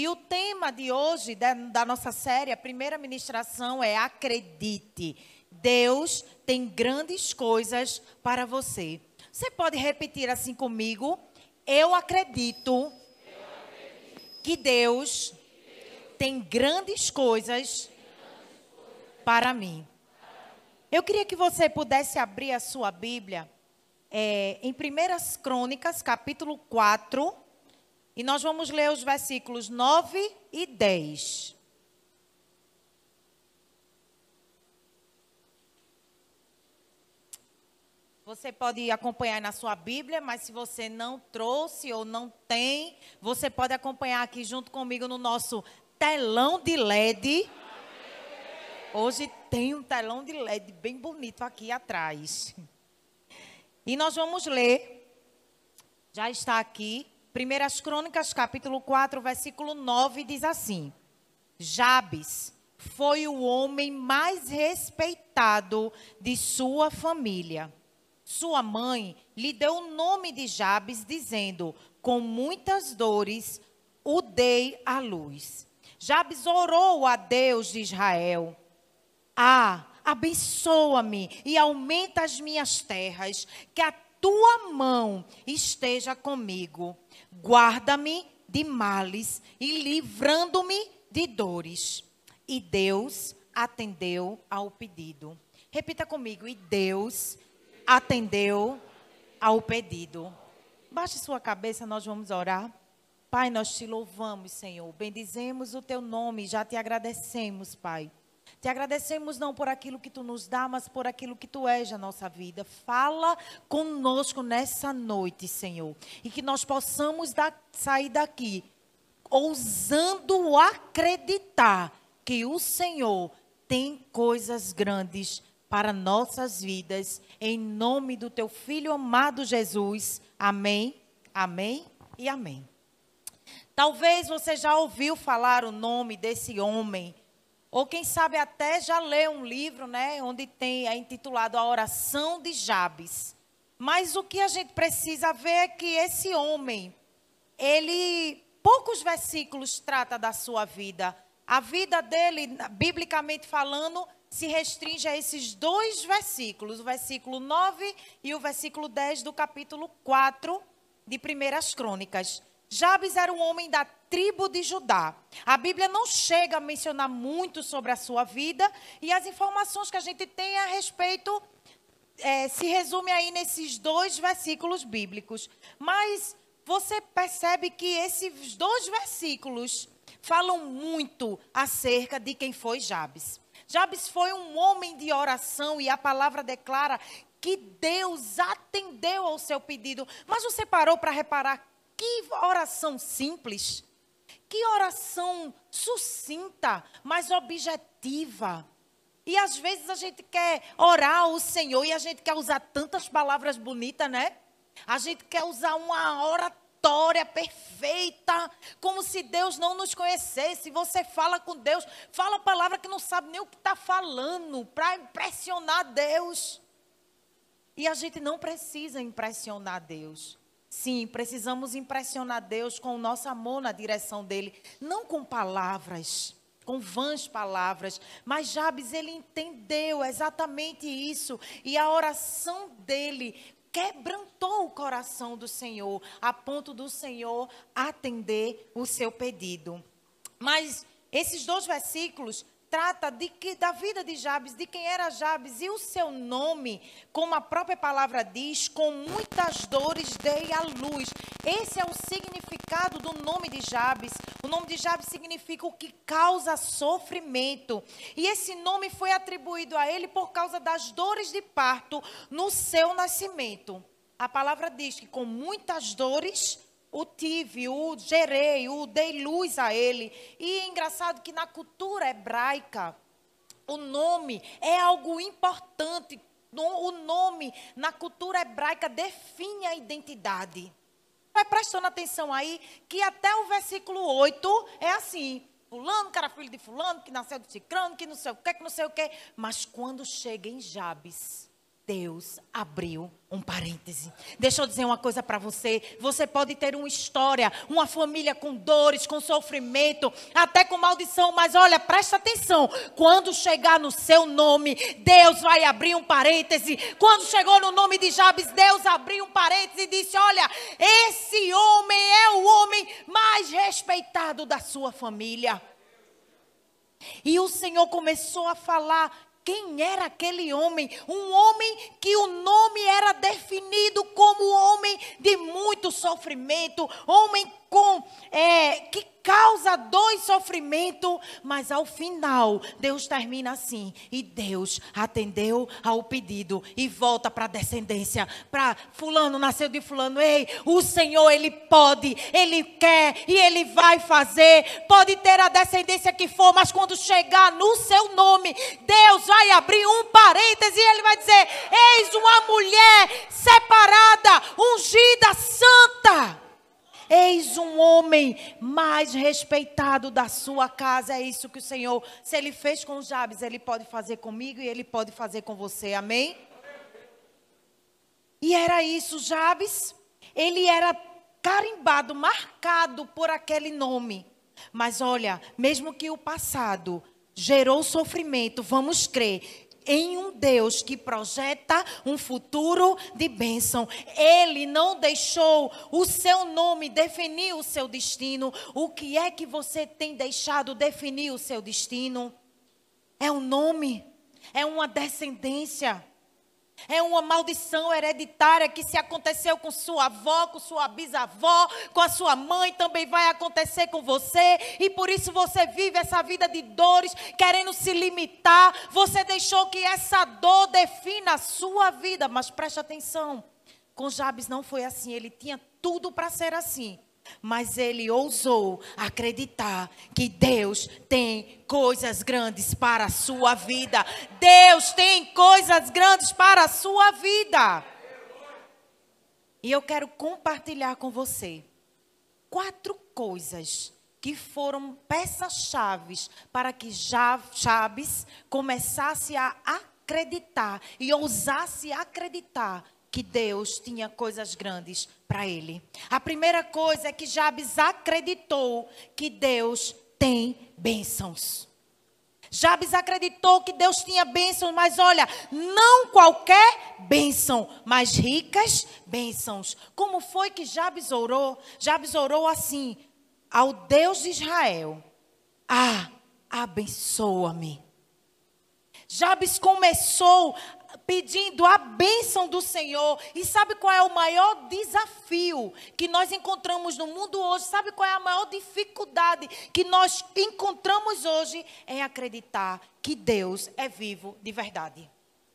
E o tema de hoje, da nossa série, a primeira ministração é Acredite. Deus tem grandes coisas para você. Você pode repetir assim comigo? Eu acredito que Deus tem grandes coisas para mim. Eu queria que você pudesse abrir a sua Bíblia em 1 Crônicas, capítulo 4, e nós vamos ler os versículos 9 e 10. Você pode acompanhar na sua Bíblia, mas se você não trouxe ou não tem, você pode acompanhar aqui junto comigo no nosso telão de LED. Hoje tem um telão de LED bem bonito aqui atrás. E nós vamos ler, já está aqui, 1 Crônicas, capítulo 4, versículo 9, diz assim: Jabes foi o homem mais respeitado de sua família. Sua mãe lhe deu o nome de Jabes, dizendo: com muitas dores o dei à luz. Jabes orou a Deus de Israel: abençoa-me e aumenta as minhas terras, que a tua mão esteja comigo. Guarda-me de males e livrando-me de dores. E Deus atendeu ao pedido. Repita comigo: e Deus atendeu ao pedido. Baixe sua cabeça, nós vamos orar. Pai, nós te louvamos, Senhor. Bendizemos o teu nome, já te agradecemos, Pai. Te agradecemos não por aquilo que tu nos dá, mas por aquilo que tu és na nossa vida. Fala conosco nessa noite, Senhor. E que nós possamos sair daqui ousando acreditar que o Senhor tem coisas grandes para nossas vidas. Em nome do teu Filho amado Jesus. Amém, amém e amém. Talvez você já ouviu falar o nome desse homem, ou quem sabe até já leu um livro, né, onde é intitulado A Oração de Jabes. Mas o que a gente precisa ver é que esse homem, poucos versículos trata da sua vida. A vida dele, biblicamente falando, se restringe a esses dois versículos, o versículo 9 e o versículo 10 do capítulo 4 de 1 Crônicas. Jabes era um homem da tribo de Judá. A Bíblia não chega a mencionar muito sobre a sua vida, e as informações que a gente tem a respeito se resume aí nesses dois versículos bíblicos. Mas você percebe que esses dois versículos falam muito acerca de quem foi Jabes. Jabes foi um homem de oração, e a palavra declara que Deus atendeu ao seu pedido. Mas você parou para reparar que oração simples, que oração sucinta, mas objetiva. E às vezes a gente quer orar ao Senhor e a gente quer usar tantas palavras bonitas, né? A gente quer usar uma oratória perfeita, como se Deus não nos conhecesse. Você fala com Deus, fala a palavra que não sabe nem o que está falando, para impressionar Deus. E a gente não precisa impressionar Deus. Sim, precisamos impressionar Deus com o nosso amor na direção dele, não com palavras, com vãs palavras. Mas Jabes, ele entendeu exatamente isso, e a oração dele quebrantou o coração do Senhor, a ponto do Senhor atender o seu pedido. Mas esses dois versículos trata da vida de Jabes, de quem era Jabes, e o seu nome, como a própria palavra diz, com muitas dores dei à luz. Esse é o significado do nome de Jabes. O nome de Jabes significa o que causa sofrimento. E esse nome foi atribuído a ele por causa das dores de parto no seu nascimento. A palavra diz que com muitas dores o tive, o gerei, o dei luz a ele. E é engraçado que na cultura hebraica, o nome é algo importante. O nome na cultura hebraica define a identidade. Vai prestando atenção aí que até o versículo 8 é assim: fulano, que era filho de fulano, que nasceu de cicrano, que não sei o que, que não sei o que. Mas quando chega em Jabes, Deus abriu um parêntese. Deixa eu dizer uma coisa para você. Você pode ter uma história, uma família com dores, com sofrimento, até com maldição. Mas olha, presta atenção. Quando chegar no seu nome, Deus vai abrir um parêntese. Quando chegou no nome de Jabes, Deus abriu um parêntese e disse: olha, esse homem é o homem mais respeitado da sua família. E o Senhor começou a falar quem era aquele homem. Um homem que o nome era definido como homem de muito sofrimento. Homem que causa dor e sofrimento. Mas ao final, Deus termina assim. E Deus atendeu ao pedido e volta para a descendência. Para fulano, nasceu de fulano. Ei, o Senhor, Ele pode, Ele quer e Ele vai fazer. Pode ter a descendência que for, mas quando chegar no seu nome, Deus vai abrir um parêntese e Ele vai dizer: eis uma mulher separada, ungida, santa. Eis um homem mais respeitado da sua casa. É isso que o Senhor, se Ele fez com Jabes, Ele pode fazer comigo e Ele pode fazer com você. Amém? E era isso, Jabes, ele era carimbado, marcado por aquele nome. Mas olha, mesmo que o passado gerou sofrimento, vamos crer em um Deus que projeta um futuro de bênção. Ele não deixou o seu nome definir o seu destino. O que é que você tem deixado definir o seu destino? É um nome, é uma descendência, é uma maldição hereditária que, se aconteceu com sua avó, com sua bisavó, com a sua mãe, também vai acontecer com você. E por isso você vive essa vida de dores, querendo se limitar. Você deixou que essa dor defina a sua vida. Mas preste atenção, com Jabes não foi assim. Ele tinha tudo para ser assim. Mas ele ousou acreditar que Deus tem coisas grandes para a sua vida. Deus tem coisas grandes para a sua vida. E eu quero compartilhar com você 4 coisas que foram peças-chaves para que Jabes começasse a acreditar e ousasse acreditar que Deus tinha coisas grandes para ele. A primeira coisa é que Jabes acreditou que Deus tem bênçãos. Jabes acreditou que Deus tinha bênçãos, mas olha, não qualquer bênção, mas ricas bênçãos. Como foi que Jabes orou? Jabes orou assim: ao Deus de Israel, abençoa-me. Jabes começou pedindo a bênção do Senhor. E sabe qual é o maior desafio que nós encontramos no mundo hoje? Sabe qual é a maior dificuldade que nós encontramos hoje? É acreditar que Deus é vivo de verdade.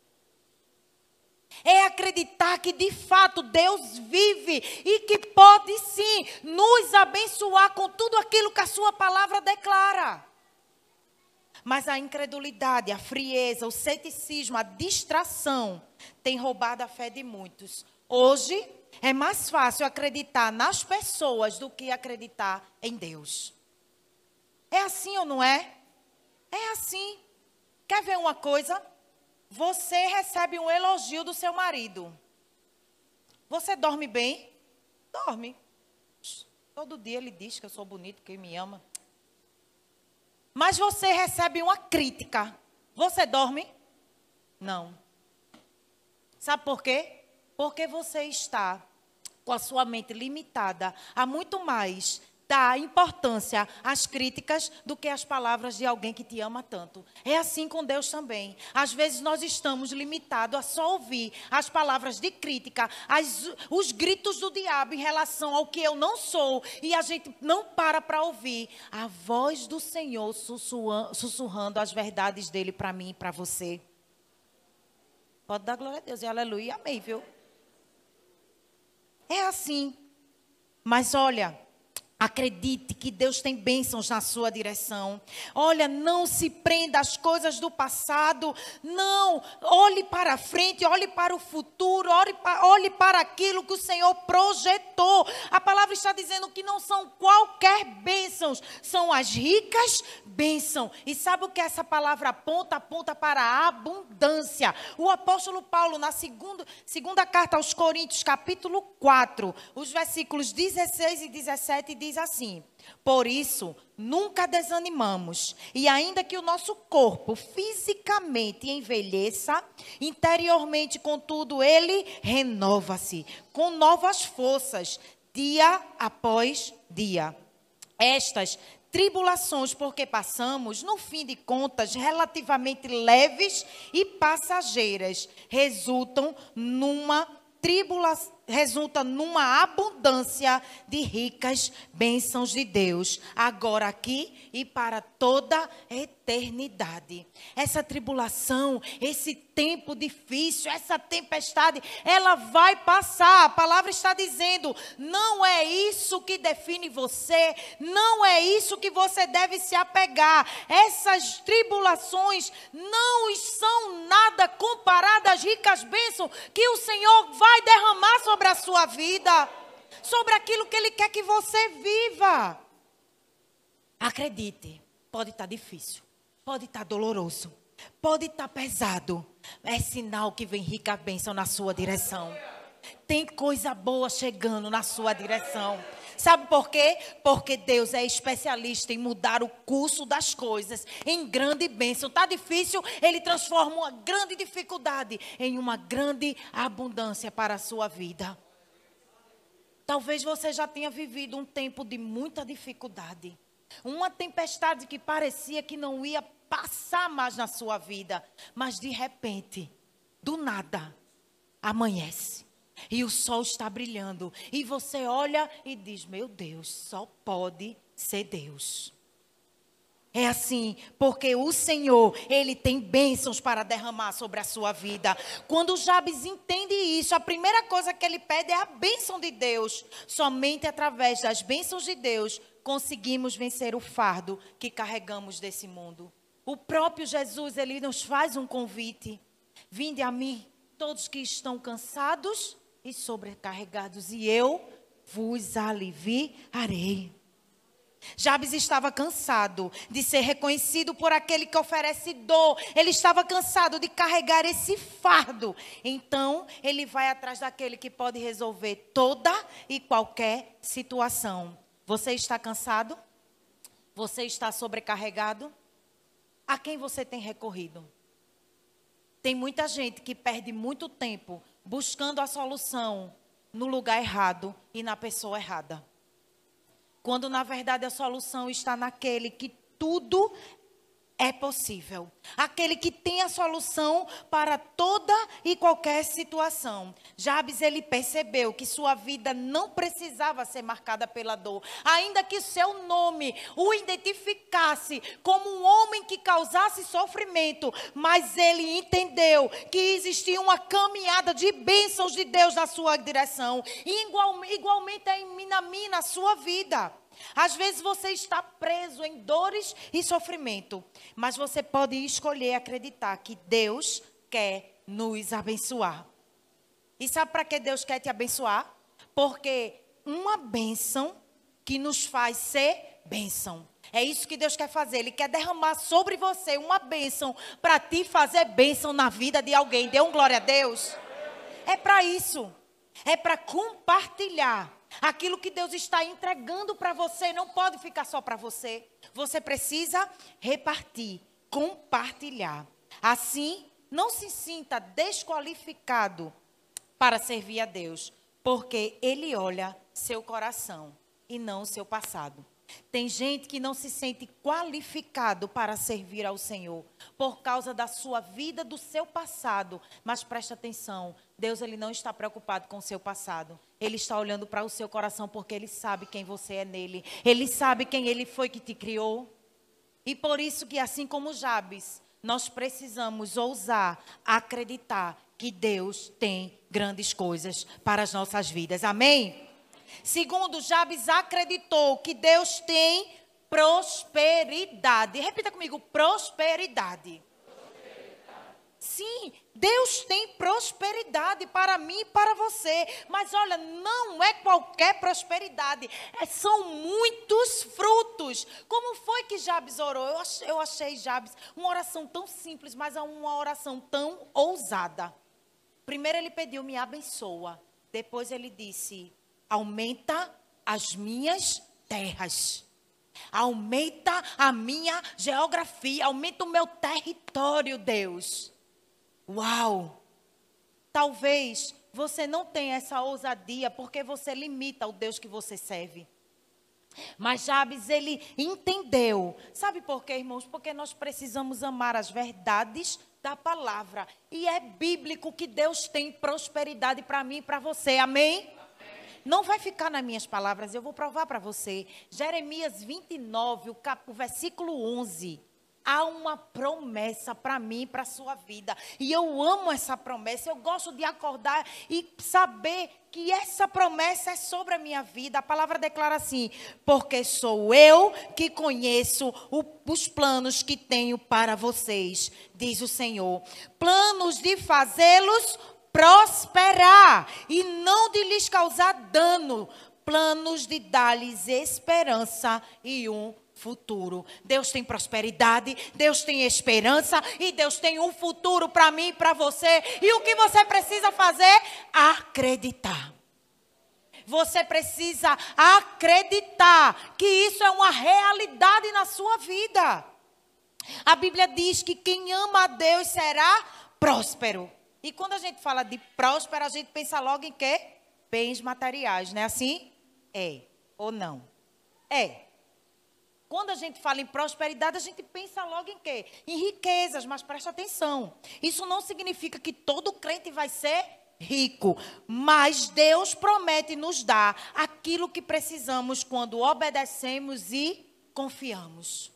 É acreditar que de fato Deus vive e que pode sim nos abençoar com tudo aquilo que a sua palavra declara. Mas a incredulidade, a frieza, o ceticismo, a distração tem roubado a fé de muitos. Hoje é mais fácil acreditar nas pessoas do que acreditar em Deus. É assim ou não é? É assim. Quer ver uma coisa? Você recebe um elogio do seu marido. Você dorme bem? Dorme. Todo dia ele diz que eu sou bonito, que ele me ama. Mas você recebe uma crítica. Você dorme? Não. Sabe por quê? Porque você está com a sua mente limitada a muito mais dar importância às críticas do que às palavras de alguém que te ama tanto. É assim com Deus também. Às vezes nós estamos limitados a só ouvir as palavras de crítica, os gritos do diabo em relação ao que eu não sou, e a gente não para ouvir a voz do Senhor sussurrando as verdades dele para mim e para você. Pode dar glória a Deus e aleluia, amém, viu? É assim. Mas olha, Acredite que Deus tem bênçãos na sua direção. Olha, não se prenda às coisas do passado. Não, olhe para a frente, olhe para o futuro, olhe para aquilo que o Senhor projetou. A palavra está dizendo que não são qualquer bênçãos, são as ricas bênçãos. E sabe o que essa palavra aponta? Aponta para a abundância. O apóstolo Paulo, na segunda carta aos Coríntios, capítulo 4, os versículos 16 e 17, diz assim: por isso, nunca desanimamos, e ainda que o nosso corpo fisicamente envelheça, interiormente, contudo, ele renova-se com novas forças, dia após dia. Estas tribulações porque passamos, no fim de contas, relativamente leves e passageiras, resulta numa abundância de ricas bênçãos de Deus, agora aqui e para toda a eternidade. Essa tribulação, esse tempo difícil, essa tempestade, ela vai passar. A palavra está dizendo, não é isso que define você, não é isso que você deve se apegar. Essas tribulações não são nada comparadas às ricas bênçãos que o Senhor vai derramar sobre a sua vida, sobre aquilo que Ele quer que você viva. Acredite, pode estar difícil, pode estar doloroso, pode estar pesado. É sinal que vem rica bênção na sua direção. Tem coisa boa chegando na sua direção. Sabe por quê? Porque Deus é especialista em mudar o curso das coisas em grande bênção. Está difícil, Ele transforma uma grande dificuldade em uma grande abundância para a sua vida. Talvez você já tenha vivido um tempo de muita dificuldade. Uma tempestade que parecia que não ia passar mais na sua vida. Mas de repente, do nada, amanhece. E o sol está brilhando. E você olha e diz, meu Deus, só pode ser Deus. É assim, porque o Senhor, Ele tem bênçãos para derramar sobre a sua vida. Quando Jabes entende isso, a primeira coisa que ele pede é a bênção de Deus. Somente através das bênçãos de Deus, conseguimos vencer o fardo que carregamos desse mundo. O próprio Jesus, Ele nos faz um convite. Vinde a mim, todos que estão cansados e sobrecarregados, e eu vos aliviarei. Jabes estava cansado de ser reconhecido por aquele que oferece dor. Ele estava cansado de carregar esse fardo. Então, ele vai atrás daquele que pode resolver toda e qualquer situação. Você está cansado? Você está sobrecarregado? A quem você tem recorrido? Tem muita gente que perde muito tempo buscando a solução no lugar errado e na pessoa errada. Quando, na verdade, a solução está naquele que tudo é possível. Aquele que tem a solução para toda e qualquer situação. Jabes, ele percebeu que sua vida não precisava ser marcada pela dor. Ainda que seu nome o identificasse como um homem que causasse sofrimento. Mas ele entendeu que existia uma caminhada de bênçãos de Deus na sua direção. E igualmente é em mim, na sua vida. Às vezes você está preso em dores e sofrimento, mas você pode escolher acreditar que Deus quer nos abençoar. E sabe para que Deus quer te abençoar? Porque uma bênção que nos faz ser bênção. É isso que Deus quer fazer. Ele quer derramar sobre você uma bênção para te fazer bênção na vida de alguém. Dê um glória a Deus. É para isso. É para compartilhar. Aquilo que Deus está entregando para você não pode ficar só para você. Você precisa repartir, compartilhar. Assim, não se sinta desqualificado para servir a Deus, porque Ele olha seu coração e não o seu passado. Tem gente que não se sente qualificado para servir ao Senhor por causa da sua vida, do seu passado. Mas presta atenção, Deus, Ele não está preocupado com o seu passado. Ele está olhando para o seu coração porque Ele sabe quem você é nele. Ele sabe quem Ele foi que te criou. E por isso que, assim como Jabes, nós precisamos ousar acreditar que Deus tem grandes coisas para as nossas vidas. Amém? Segundo, Jabes acreditou que Deus tem prosperidade. Repita comigo, prosperidade. Sim, Deus tem prosperidade para mim e para você. Mas olha, não é qualquer prosperidade. São muitos frutos. Como foi que Jabes orou? Eu achei Jabes uma oração tão simples, mas uma oração tão ousada. Primeiro ele pediu, me abençoa. Depois ele disse, aumenta as minhas terras. Aumenta a minha geografia. Aumenta o meu território, Deus. Uau! Talvez você não tenha essa ousadia porque você limita o Deus que você serve. Mas Jabes, ele entendeu. Sabe por quê, irmãos? Porque nós precisamos amar as verdades da palavra. E é bíblico que Deus tem prosperidade para mim e para você. Amém? Não vai ficar nas minhas palavras, eu vou provar para você. Jeremias 29, o versículo 11. Há uma promessa para mim e para a sua vida. E eu amo essa promessa. Eu gosto de acordar e saber que essa promessa é sobre a minha vida. A palavra declara assim, porque sou eu que conheço os planos que tenho para vocês, diz o Senhor. Planos de fazê-los prosperar e não de lhes causar dano. Planos de dar-lhes esperança e um futuro. Deus tem prosperidade, Deus tem esperança e Deus tem um futuro para mim e para você. E o que você precisa fazer? Acreditar. Você precisa acreditar que isso é uma realidade na sua vida. A Bíblia diz que quem ama a Deus será próspero. E quando a gente fala de próspero, a gente pensa logo em quê? Bens materiais, não é assim? É ou não? É. Quando a gente fala em prosperidade, a gente pensa logo em quê? Em riquezas, mas preste atenção. Isso não significa que todo crente vai ser rico. Mas Deus promete nos dar aquilo que precisamos quando obedecemos e confiamos.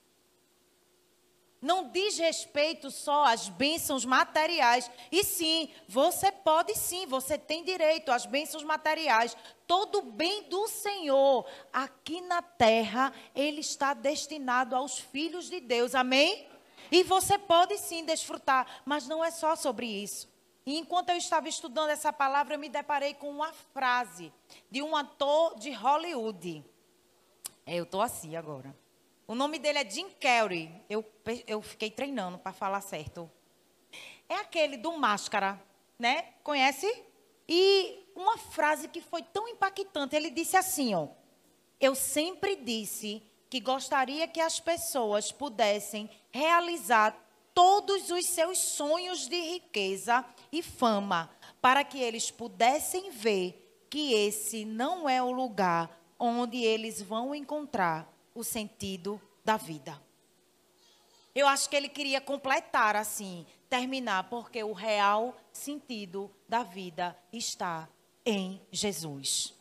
Não diz respeito só às bênçãos materiais. E sim, você pode sim, você tem direito às bênçãos materiais. Todo o bem do Senhor aqui na terra, ele está destinado aos filhos de Deus. Amém? E você pode sim desfrutar, mas não é só sobre isso. E enquanto eu estava estudando essa palavra, eu me deparei com uma frase de um ator de Hollywood. Eu estou assim agora. O nome dele é Jim Carrey. Eu fiquei treinando para falar certo. É aquele do Máscara, né? Conhece? E uma frase que foi tão impactante. Ele disse assim, ó. Eu sempre disse que gostaria que as pessoas pudessem realizar todos os seus sonhos de riqueza e fama, para que eles pudessem ver que esse não é o lugar onde eles vão encontrar o sentido da vida. Eu acho que ele queria completar assim, terminar, porque o real sentido da vida está em Jesus.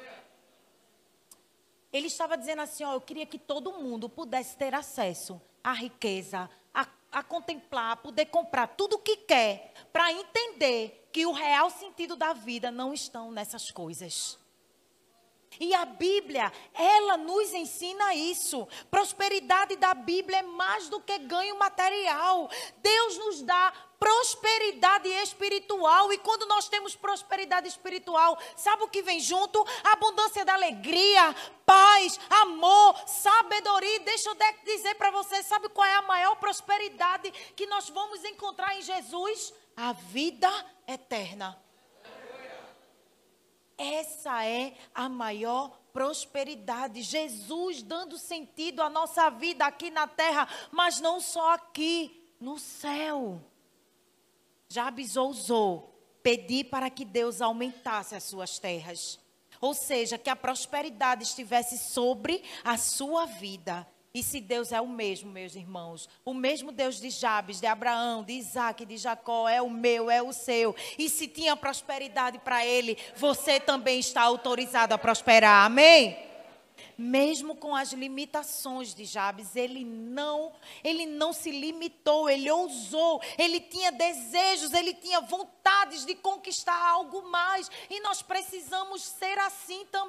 Ele estava dizendo assim, ó, eu queria que todo mundo pudesse ter acesso à riqueza, a contemplar, a poder comprar tudo o que quer, para entender que o real sentido da vida não estão nessas coisas. E a Bíblia, ela nos ensina isso. Prosperidade da Bíblia é mais do que ganho material. Deus nos dá prosperidade espiritual. E quando nós temos prosperidade espiritual, sabe o que vem junto? Abundância da alegria, paz, amor, sabedoria. Deixa eu dizer para você, sabe qual é a maior prosperidade que nós vamos encontrar em Jesus? A vida eterna. Essa é a maior prosperidade. Jesus dando sentido à nossa vida aqui na terra, mas não só aqui, no céu. Jabes ousou pedir para que Deus aumentasse as suas terras. Ou seja, que a prosperidade estivesse sobre a sua vida. E se Deus é o mesmo, meus irmãos, o mesmo Deus de Jabes, de Abraão, de Isaac, de Jacó, é o meu, é o seu. E se tinha prosperidade para ele, você também está autorizado a prosperar. Amém? Mesmo com as limitações de Jabes, ele não se limitou, ele ousou, ele tinha desejos, ele tinha vontades de conquistar algo mais. E nós precisamos ser assim também.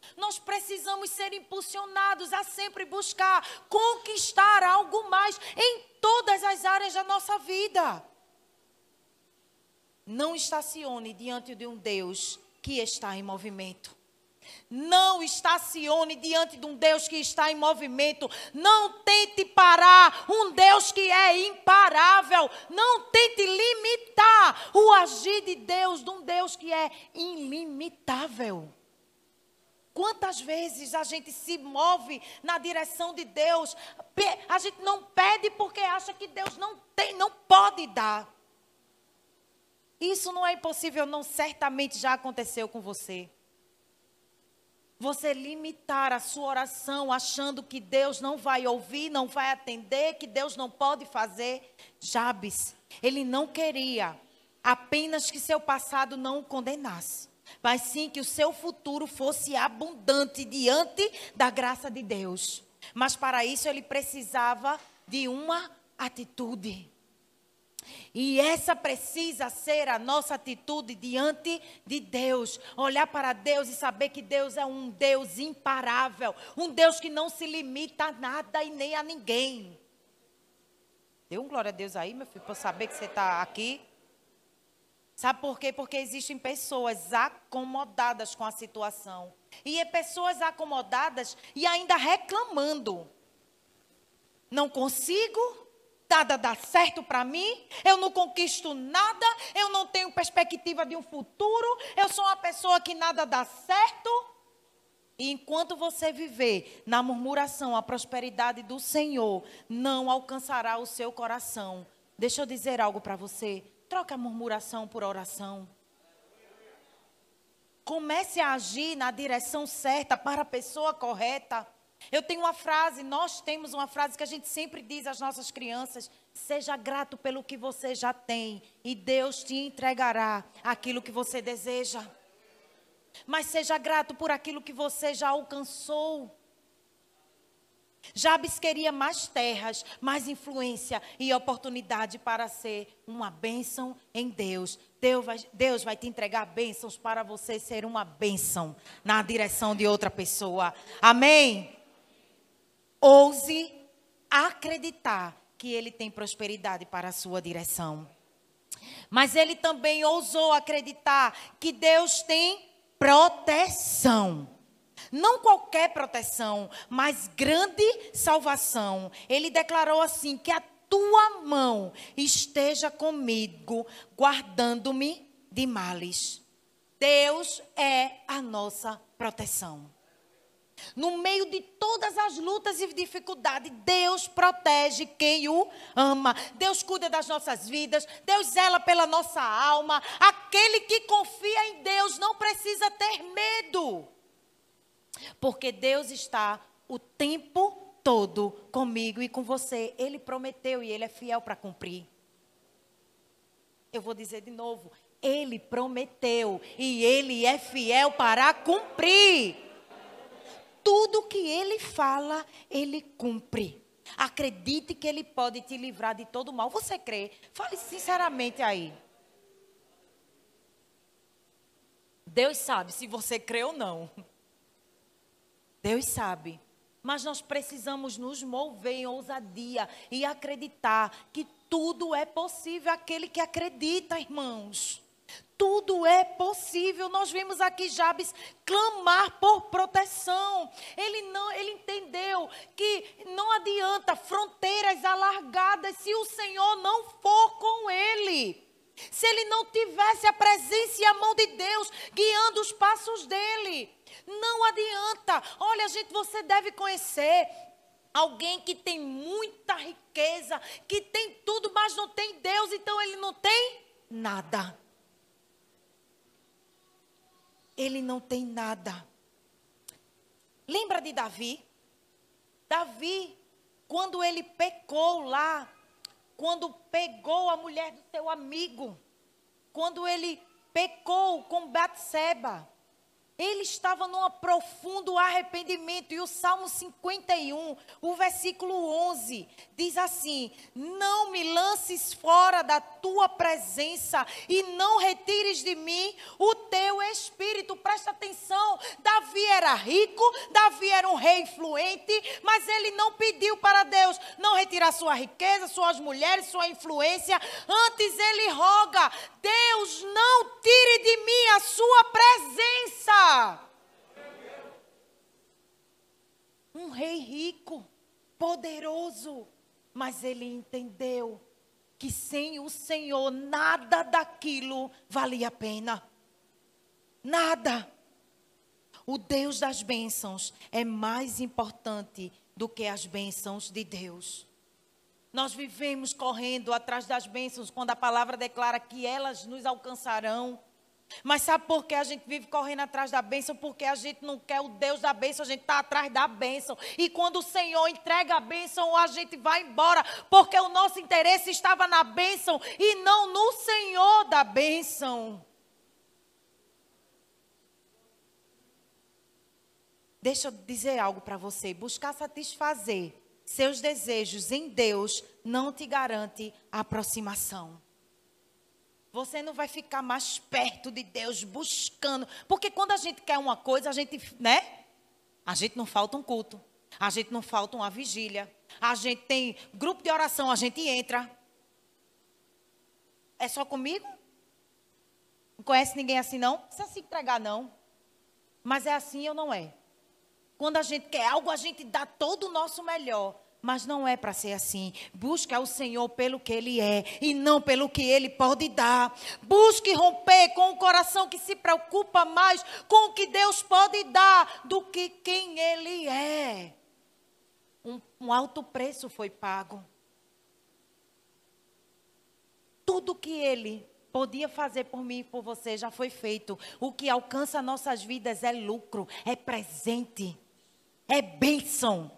Nós precisamos ser impulsionados a sempre buscar conquistar algo mais em todas as áreas da nossa vida. Não estacione diante de um Deus que está em movimento. Não estacione diante de um Deus que está em movimento. Não tente parar um Deus que é imparável. Não tente limitar o agir de Deus, de um Deus que é ilimitável. Quantas vezes a gente se move na direção de Deus, a gente não pede porque acha que Deus não pode dar. Isso não é impossível, não, certamente já aconteceu com você. Você limitar a sua oração achando que Deus não vai ouvir, não vai atender, que Deus não pode fazer. Jabes, ele não queria apenas que seu passado não o condenasse, mas sim que o seu futuro fosse abundante diante da graça de Deus. Mas para isso ele precisava de uma atitude. E essa precisa ser a nossa atitude diante de Deus. Olhar para Deus e saber que Deus é um Deus imparável. Um Deus que não se limita a nada e nem a ninguém. Dê um glória a Deus aí, meu filho, para eu saber que você está aqui. Sabe por quê? Porque existem pessoas acomodadas com a situação. E é pessoas acomodadas e ainda reclamando. Não consigo. Nada dá certo para mim, eu não conquisto nada, eu não tenho perspectiva de um futuro, eu sou uma pessoa que nada dá certo. E enquanto você viver na murmuração, a prosperidade do Senhor não alcançará o seu coração. Deixa eu dizer algo para você, troca a murmuração por oração. Comece a agir na direção certa para a pessoa correta. Eu tenho uma frase, nós temos uma frase que a gente sempre diz às nossas crianças: seja grato pelo que você já tem e Deus te entregará aquilo que você deseja. Mas seja grato por aquilo que você já alcançou. Jabes queria mais terras, mais influência e oportunidade para ser uma bênção em Deus. Deus vai te entregar bênçãos para você ser uma bênção na direção de outra pessoa. Amém? Ouse acreditar que Ele tem prosperidade para a sua direção. Mas ele também ousou acreditar que Deus tem proteção. Não qualquer proteção, mas grande salvação. Ele declarou assim: que a tua mão esteja comigo, guardando-me de males. Deus é a nossa proteção. No meio de todas as lutas e dificuldades, Deus protege quem o ama. Deus cuida das nossas vidas. Deus zela pela nossa alma. Aquele que confia em Deus não precisa ter medo. Porque Deus está o tempo todo comigo e com você. Ele prometeu e Ele é fiel para cumprir. Eu vou dizer de novo. Ele prometeu e Ele é fiel para cumprir. Tudo que Ele fala, Ele cumpre. Acredite que Ele pode te livrar de todo mal. Você crê? Fale sinceramente aí. Deus sabe se você crê ou não. Deus sabe. Mas nós precisamos nos mover em ousadia e acreditar que tudo é possível àquele que acredita, irmãos. Tudo é possível. Nós vimos aqui Jabes clamar por proteção. Ele entendeu que não adianta fronteiras alargadas se o Senhor não for com ele. Se ele não tivesse a presença e a mão de Deus guiando os passos dele. Não adianta. Olha, gente, você deve conhecer alguém que tem muita riqueza, que tem tudo, mas não tem Deus, então ele não tem nada. Ele não tem nada. Lembra de Davi? Davi, quando ele pecou lá, quando pegou a mulher do seu amigo, quando ele pecou com Batseba, ele estava num profundo arrependimento. E o Salmo 51, o versículo 11, diz assim: não me lances fora da tua presença e não retires de mim o teu espírito. Presta atenção, Davi Davi era rico, Davi era um rei influente, mas ele não pediu para Deus não retirar sua riqueza, suas mulheres, sua influência. Antes ele roga: Deus, não tire de mim a sua presença. Um rei rico, poderoso, mas ele entendeu que sem o Senhor nada daquilo valia a pena. Nada. O Deus das bênçãos é mais importante do que as bênçãos de Deus. Nós vivemos correndo atrás das bênçãos quando a palavra declara que elas nos alcançarão. Mas sabe por que a gente vive correndo atrás da bênção? Porque a gente não quer o Deus da bênção, a gente está atrás da bênção. E quando o Senhor entrega a bênção, a gente vai embora, porque o nosso interesse estava na bênção e não no Senhor da bênção. Deixa eu dizer algo para você: buscar satisfazer seus desejos em Deus não te garante aproximação. Você não vai ficar mais perto de Deus buscando. Porque quando a gente quer uma coisa, a gente não falta um culto. A gente não falta uma vigília. A gente tem grupo de oração, a gente entra. É só comigo? Não conhece ninguém assim não? Não precisa se entregar não. Mas é assim ou não é? Quando a gente quer algo, a gente dá todo o nosso melhor. Mas não é para ser assim. Busque ao Senhor pelo que Ele é e não pelo que Ele pode dar. Busque romper com o coração que se preocupa mais com o que Deus pode dar do que quem Ele é. Um alto preço foi pago. Tudo que Ele podia fazer por mim e por você já foi feito. O que alcança nossas vidas é lucro, é presente, é bênção.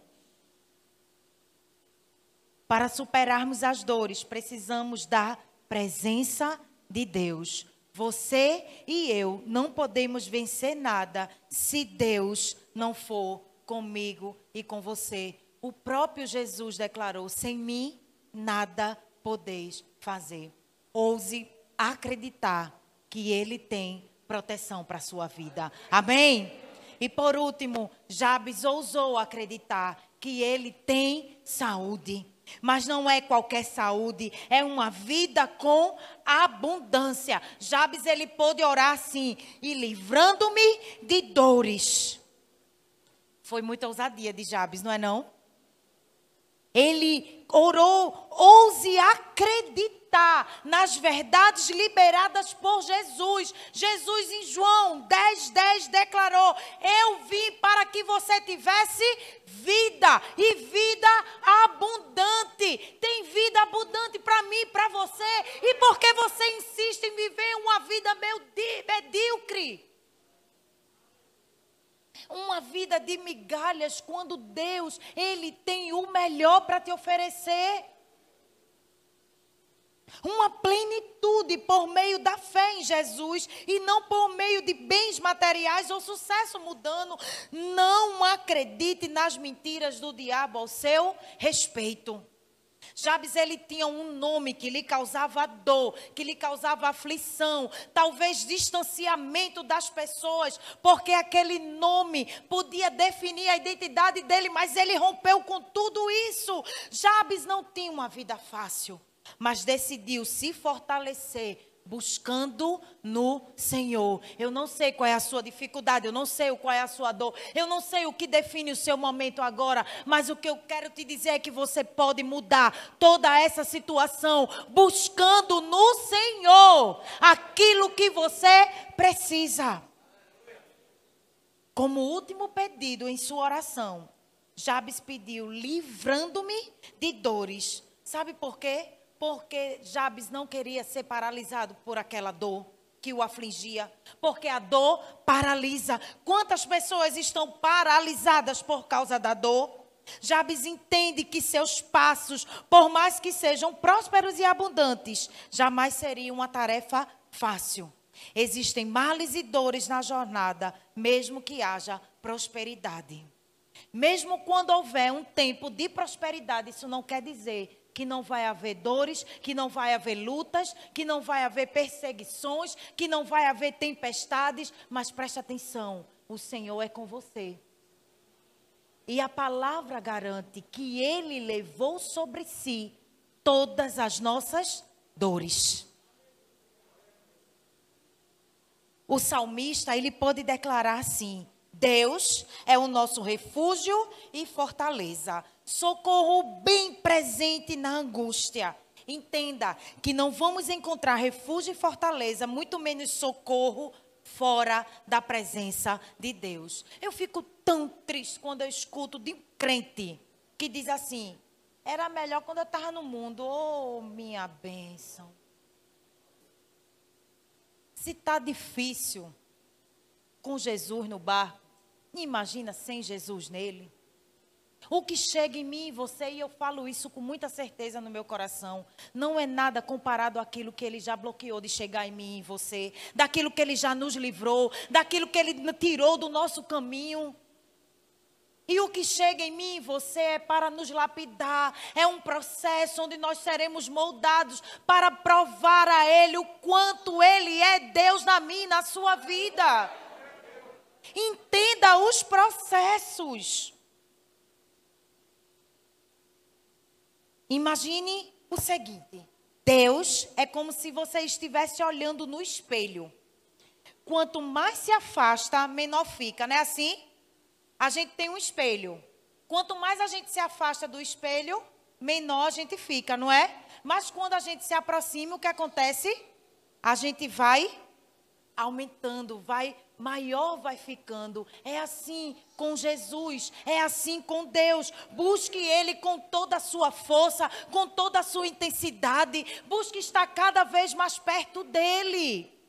Para superarmos as dores, precisamos da presença de Deus. Você e eu não podemos vencer nada se Deus não for comigo e com você. O próprio Jesus declarou: sem mim nada podeis fazer. Ouse acreditar que Ele tem proteção para a sua vida. Amém? E por último, Jabes ousou acreditar que ele tem saúde. Mas não é qualquer saúde, é uma vida com abundância. Jabes, ele pôde orar assim: e livrando-me de dores. Foi muita ousadia de Jabes, não é não? Ele orou: ouse acreditar nas verdades liberadas por Jesus. Jesus em João 10:10 declarou: eu vim para que você tivesse vida e vida abundante. Tem vida abundante para mim e para você. E por que você insiste em viver uma vida medíocre? Uma vida de migalhas, quando Deus, Ele tem o melhor para te oferecer. Uma plenitude por meio da fé em Jesus e não por meio de bens materiais ou sucesso mudando. Não acredite nas mentiras do diabo ao seu respeito. Jabes, ele tinha um nome que lhe causava dor, que lhe causava aflição, talvez distanciamento das pessoas, porque aquele nome podia definir a identidade dele, mas ele rompeu com tudo isso. Jabes não tinha uma vida fácil, mas decidiu se fortalecer buscando no Senhor. Eu não sei qual é a sua dificuldade, eu não sei qual é a sua dor, eu não sei o que define o seu momento agora, mas o que eu quero te dizer é que você pode mudar toda essa situação buscando no Senhor aquilo que você precisa. Como último pedido em sua oração, Jabes pediu: livrando-me de dores. Sabe por quê? Porque Jabes não queria ser paralisado por aquela dor que o afligia. Porque a dor paralisa. Quantas pessoas estão paralisadas por causa da dor? Jabes entende que seus passos, por mais que sejam prósperos e abundantes, jamais seria uma tarefa fácil. Existem males e dores na jornada, mesmo que haja prosperidade. Mesmo quando houver um tempo de prosperidade, isso não quer dizer que não vai haver dores, que não vai haver lutas, que não vai haver perseguições, que não vai haver tempestades. Mas preste atenção, o Senhor é com você. E a palavra garante que Ele levou sobre si todas as nossas dores. O salmista, ele pode declarar assim: Deus é o nosso refúgio e fortaleza, socorro bem presente na angústia. Entenda que não vamos encontrar refúgio e fortaleza, muito menos socorro, fora da presença de Deus. Eu fico tão triste quando eu escuto de um crente que diz assim: era melhor quando eu estava no mundo. Oh, minha bênção. Se está difícil com Jesus no barco, imagina sem Jesus nele. O que chega em mim e você, e eu falo isso com muita certeza no meu coração, não é nada comparado àquilo que Ele já bloqueou de chegar em mim e em você, daquilo que Ele já nos livrou, daquilo que Ele tirou do nosso caminho. E o que chega em mim e você é para nos lapidar, é um processo onde nós seremos moldados para provar a Ele o quanto Ele é Deus na minha e na sua vida. Entenda os processos. Imagine o seguinte: Deus é como se você estivesse olhando no espelho. Quanto mais se afasta, menor fica, não é assim? A gente tem um espelho. Quanto mais a gente se afasta do espelho, menor a gente fica, não é? Mas quando a gente se aproxima, o que acontece? A gente vai aumentando, maior vai ficando. É assim com Jesus, é assim com Deus. Busque Ele com toda a sua força, com toda a sua intensidade. Busque estar cada vez mais perto dEle.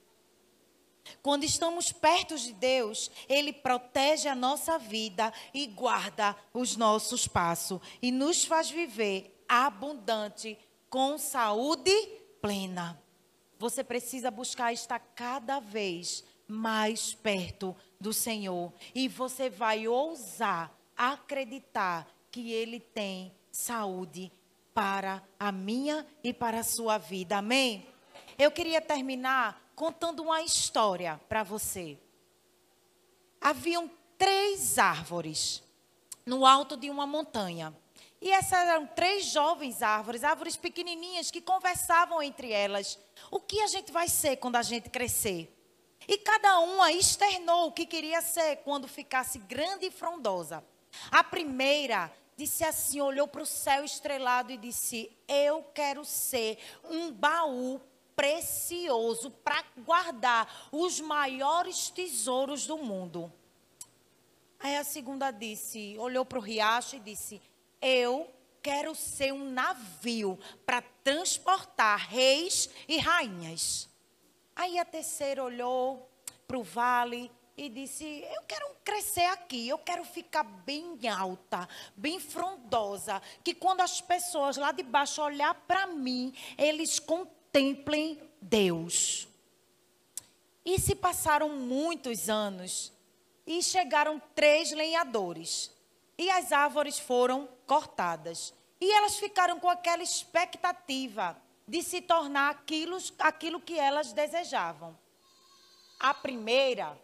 Quando estamos perto de Deus, Ele protege a nossa vida e guarda os nossos passos. E nos faz viver abundante, com saúde plena. Você precisa buscar estar cada vez mais perto do Senhor. E você vai ousar acreditar que Ele tem saúde para a minha e para a sua vida. Amém? Eu queria terminar contando uma história para você. Haviam 3 árvores no alto de uma montanha. E essas eram 3 jovens árvores pequenininhas que conversavam entre elas. O que a gente vai ser quando a gente crescer? E cada uma externou o que queria ser quando ficasse grande e frondosa. A primeira disse assim, olhou para o céu estrelado e disse: eu quero ser um baú precioso para guardar os maiores tesouros do mundo. Aí a segunda disse, olhou para o riacho e disse: eu quero ser um navio para transportar reis e rainhas. Aí a terceira olhou para o vale e disse: eu quero crescer aqui, eu quero ficar bem alta, bem frondosa, que quando as pessoas lá de baixo olhar para mim, eles contemplem Deus. E se passaram muitos anos e chegaram 3 lenhadores. E as árvores foram cortadas. E elas ficaram com aquela expectativa de se tornar aquilo que elas desejavam. A primeira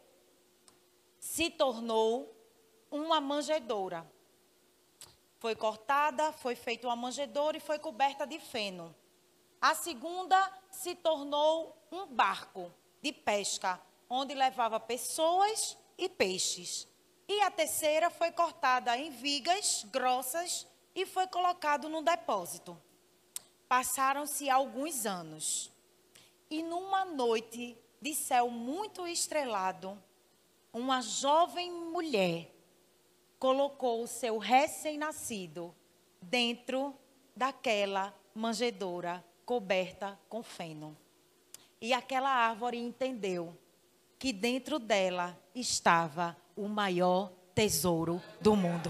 se tornou uma manjedoura. Foi cortada, foi feita uma manjedoura e foi coberta de feno. A segunda se tornou um barco de pesca, onde levava pessoas e peixes. E a terceira foi cortada em vigas grossas e foi colocado num depósito. Passaram-se alguns anos. E numa noite de céu muito estrelado, uma jovem mulher colocou o seu recém-nascido dentro daquela manjedoura coberta com feno. E aquela árvore entendeu que dentro dela estava o maior tesouro do mundo.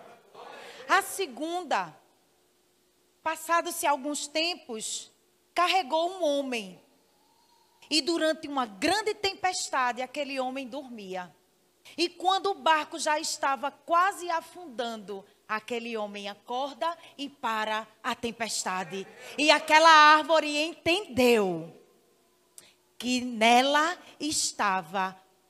A segunda, passados-se alguns tempos, carregou um homem. E durante uma grande tempestade, aquele homem dormia. E quando o barco já estava quase afundando, aquele homem acorda e para a tempestade. E aquela árvore entendeu que nela estava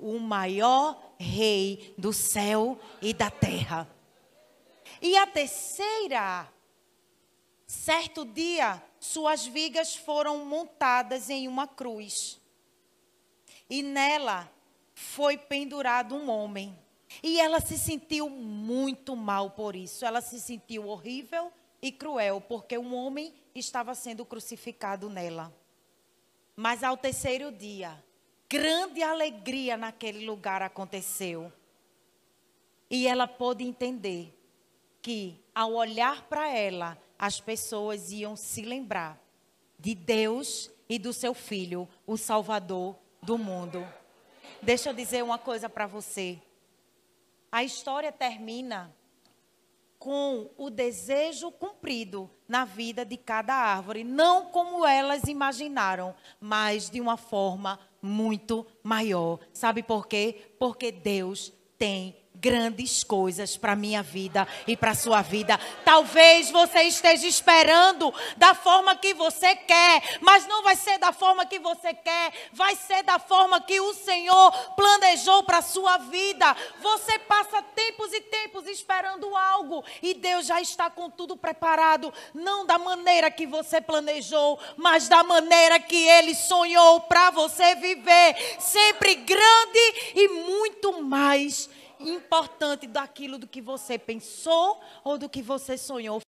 o maior rei do céu e da terra. E a terceira, certo dia, suas vigas foram montadas em uma cruz. E nela foi pendurado um homem. E ela se sentiu muito mal por isso. Ela se sentiu horrível e cruel, porque um homem estava sendo crucificado nela. Mas ao terceiro dia, grande alegria naquele lugar aconteceu. E ela pôde entender que, ao olhar para ela, as pessoas iam se lembrar de Deus e do seu Filho, o Salvador do mundo. Deixa eu dizer uma coisa para você. A história termina com o desejo cumprido na vida de cada árvore. Não como elas imaginaram, mas de uma forma muito maior. Sabe por quê? Porque Deus tem grandes coisas para a minha vida e para a sua vida. Talvez você esteja esperando da forma que você quer, mas não vai ser da forma que você quer, vai ser da forma que o Senhor planejou para a sua vida. Você passa tempos e tempos esperando algo e Deus já está com tudo preparado, não da maneira que você planejou, mas da maneira que Ele sonhou para você viver, sempre grande e muito mais importante daquilo do que você pensou ou do que você sonhou.